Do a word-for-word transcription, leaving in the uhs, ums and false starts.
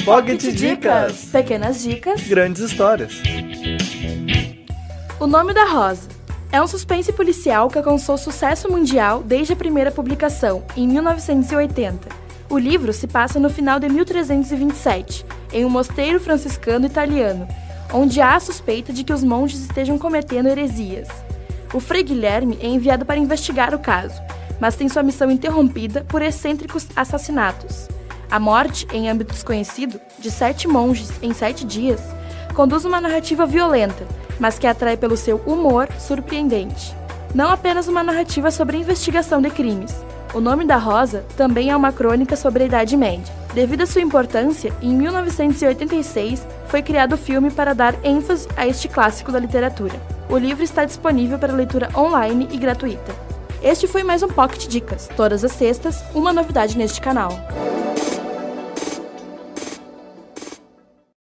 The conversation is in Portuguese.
Pocket Dicas! Pequenas dicas, Grandes histórias. O Nome da Rosa é um suspense policial que alcançou sucesso mundial desde a primeira publicação, em mil novecentos e oitenta. O livro se passa no final de mil trezentos e vinte e sete, em um mosteiro franciscano italiano, onde há a suspeita de que os monges estejam cometendo heresias. O Frei Guilherme é enviado para investigar o caso, mas tem sua missão interrompida por excêntricos assassinatos. A morte, em âmbito desconhecido, de sete monges em sete dias, conduz uma narrativa violenta, mas que atrai pelo seu humor surpreendente. Não apenas uma narrativa sobre a investigação de crimes. O Nome da Rosa também é uma crônica sobre a Idade Média. Devido à sua importância, em mil novecentos e oitenta e seis foi criado o filme para dar ênfase a este clássico da literatura. O livro está disponível para leitura online e gratuita. Este foi mais um Pocket Dicas. Todas as sextas, uma novidade neste canal.